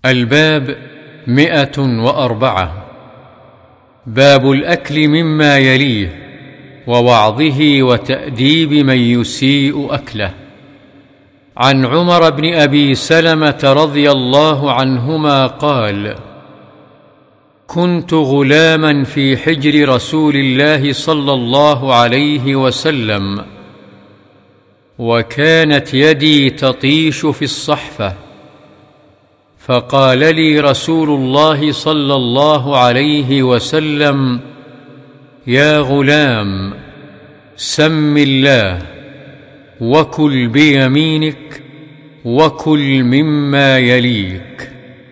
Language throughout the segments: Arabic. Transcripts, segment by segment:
الباب 104. باب الأكل مما يليه ووعظه وتأديب من يسيء أكله. عن عمر بن أبي سلمة رضي الله عنهما قال: كنت غلاما في حجر رسول الله صلى الله عليه وسلم، وكانت يدي تطيش في الصحفة، فقال لي رسول الله صلى الله عليه وسلم: يا غلام، سم الله وكل بيمينك وكل مما يليك.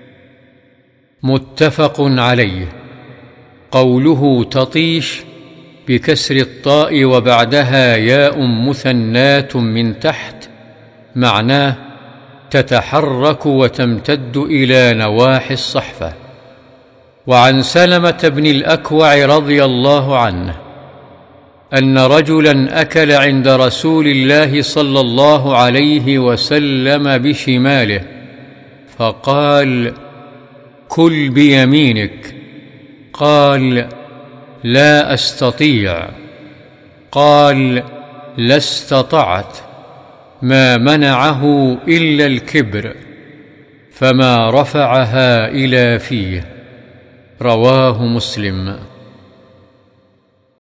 متفق عليه. قوله تطيش بكسر الطاء وبعدها ياء مثنات من تحت، معناه تتحرك وتمتد إلى نواحي الصحفة. وعن سلمة بن الأكوع رضي الله عنه أن رجلا أكل عند رسول الله صلى الله عليه وسلم بشماله، فقال: كل بيمينك. قال: لا أستطيع. قال: لا استطعت. ما منعه إلا الكبر، فما رفعها إلى فيه. رواه مسلم.